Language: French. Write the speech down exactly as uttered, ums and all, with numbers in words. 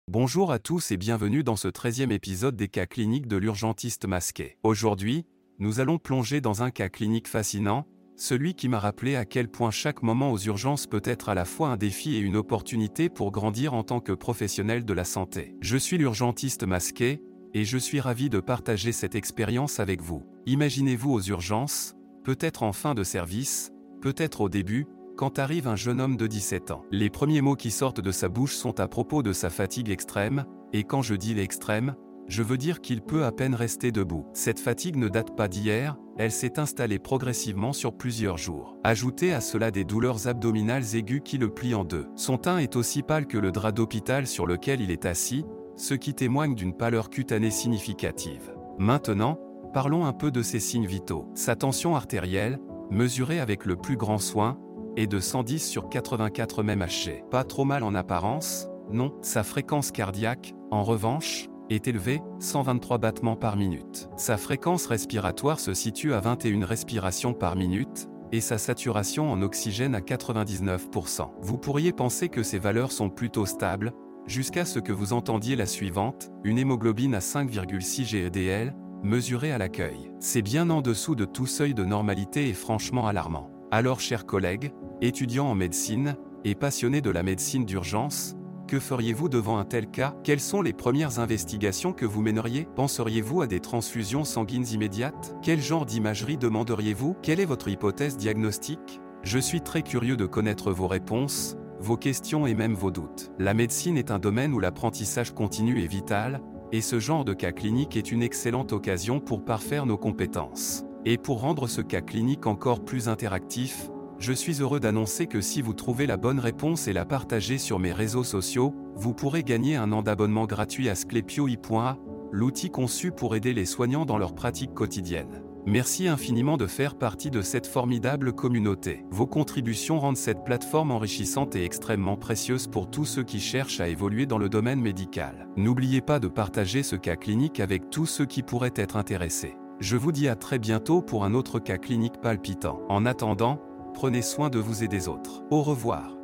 Bonjour à tous et bienvenue dans ce treizième épisode des cas cliniques de l'urgentiste masqué. Aujourd'hui, nous allons plonger dans un cas clinique fascinant, celui qui m'a rappelé à quel point chaque moment aux urgences peut être à la fois un défi et une opportunité pour grandir en tant que professionnel de la santé. Je suis l'urgentiste masqué, et je suis ravi de partager cette expérience avec vous. Imaginez-vous aux urgences, peut-être en fin de service, peut-être au début, quand arrive un jeune homme de dix-sept ans. Les premiers mots qui sortent de sa bouche sont à propos de sa fatigue extrême, et quand je dis l'extrême, je veux dire qu'il peut à peine rester debout. Cette fatigue ne date pas d'hier, elle s'est installée progressivement sur plusieurs jours. Ajoutez à cela des douleurs abdominales aiguës qui le plient en deux. Son teint est aussi pâle que le drap d'hôpital sur lequel il est assis, ce qui témoigne d'une pâleur cutanée significative. Maintenant, parlons un peu de ses signes vitaux. Sa tension artérielle, mesurée avec le plus grand soin, est de cent dix sur quatre-vingt-quatre mmHg. Pas trop mal en apparence, non. Sa fréquence cardiaque, en revanche, est élevée, cent vingt-trois battements par minute. Sa fréquence respiratoire se situe à vingt et une respirations par minute, et sa saturation en oxygène à quatre-vingt-dix-neuf pour cent. Vous pourriez penser que ces valeurs sont plutôt stables, jusqu'à ce que vous entendiez la suivante, une hémoglobine à cinq virgule six G E D L, mesurée à l'accueil. C'est bien en dessous de tout seuil de normalité et franchement alarmant. Alors chers collègues, étudiants en médecine, et passionnés de la médecine d'urgence, que feriez-vous devant un tel cas? Quelles sont les premières investigations que vous mèneriez? Penseriez-vous à des transfusions sanguines immédiates? Quel genre d'imagerie demanderiez-vous? Quelle est votre hypothèse diagnostique? Je suis très curieux de connaître vos réponses, vos questions et même vos doutes. La médecine est un domaine où l'apprentissage continu est vital, et ce genre de cas clinique est une excellente occasion pour parfaire nos compétences. Et pour rendre ce cas clinique encore plus interactif, je suis heureux d'annoncer que si vous trouvez la bonne réponse et la partagez sur mes réseaux sociaux, vous pourrez gagner un an d'abonnement gratuit à Sclepio point i point a, l'outil conçu pour aider les soignants dans leur pratique quotidienne. Merci infiniment de faire partie de cette formidable communauté. Vos contributions rendent cette plateforme enrichissante et extrêmement précieuse pour tous ceux qui cherchent à évoluer dans le domaine médical. N'oubliez pas de partager ce cas clinique avec tous ceux qui pourraient être intéressés. Je vous dis à très bientôt pour un autre cas clinique palpitant. En attendant, prenez soin de vous et des autres. Au revoir.